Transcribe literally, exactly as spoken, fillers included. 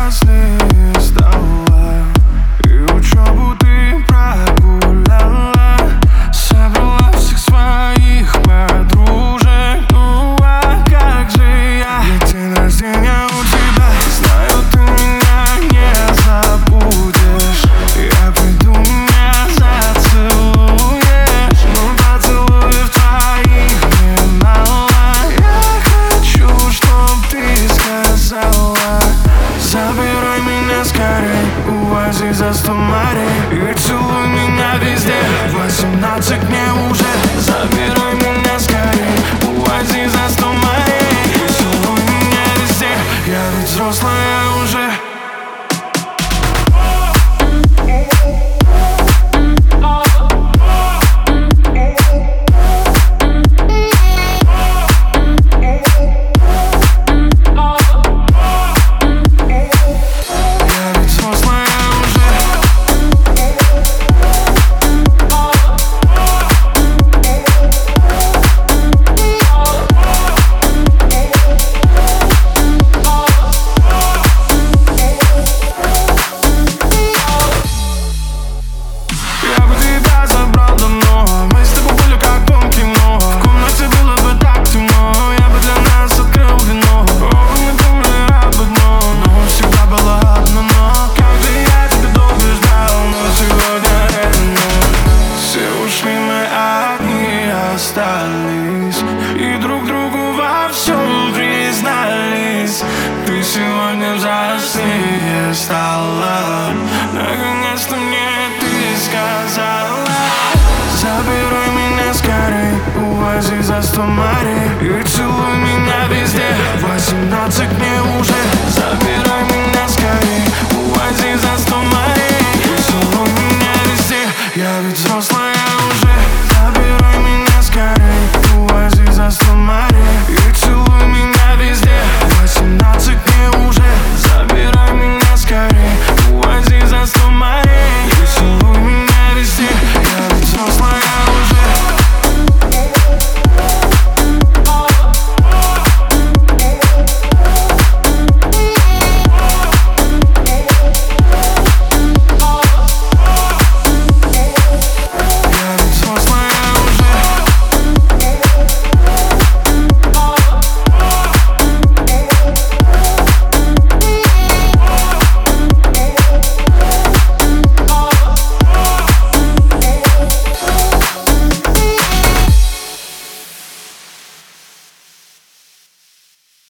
взрослее стала, и учебу ты прогуляла, собрала всех своих подружек. Ну а как же я? Ведь день рождения у тебя. Знаю, ты меня не забудешь. Я приду, меня зацелуешь, но поцелуев твоих мне мало. Я хочу, чтоб ты сказала: забирай меня скорей, увози за сто морей, и целуй меня везде. Восемнадцать мне уже. Забирай меня скорей, увози за сто морей, и целуй меня везде. Я ведь взрослая уже. И друг другу во всем признались. Ты сегодня взрослее стала, наконец-то мне ты сказала: забирай меня скорей, увози за сто морей, и целуй меня везде. Восемнадцать мне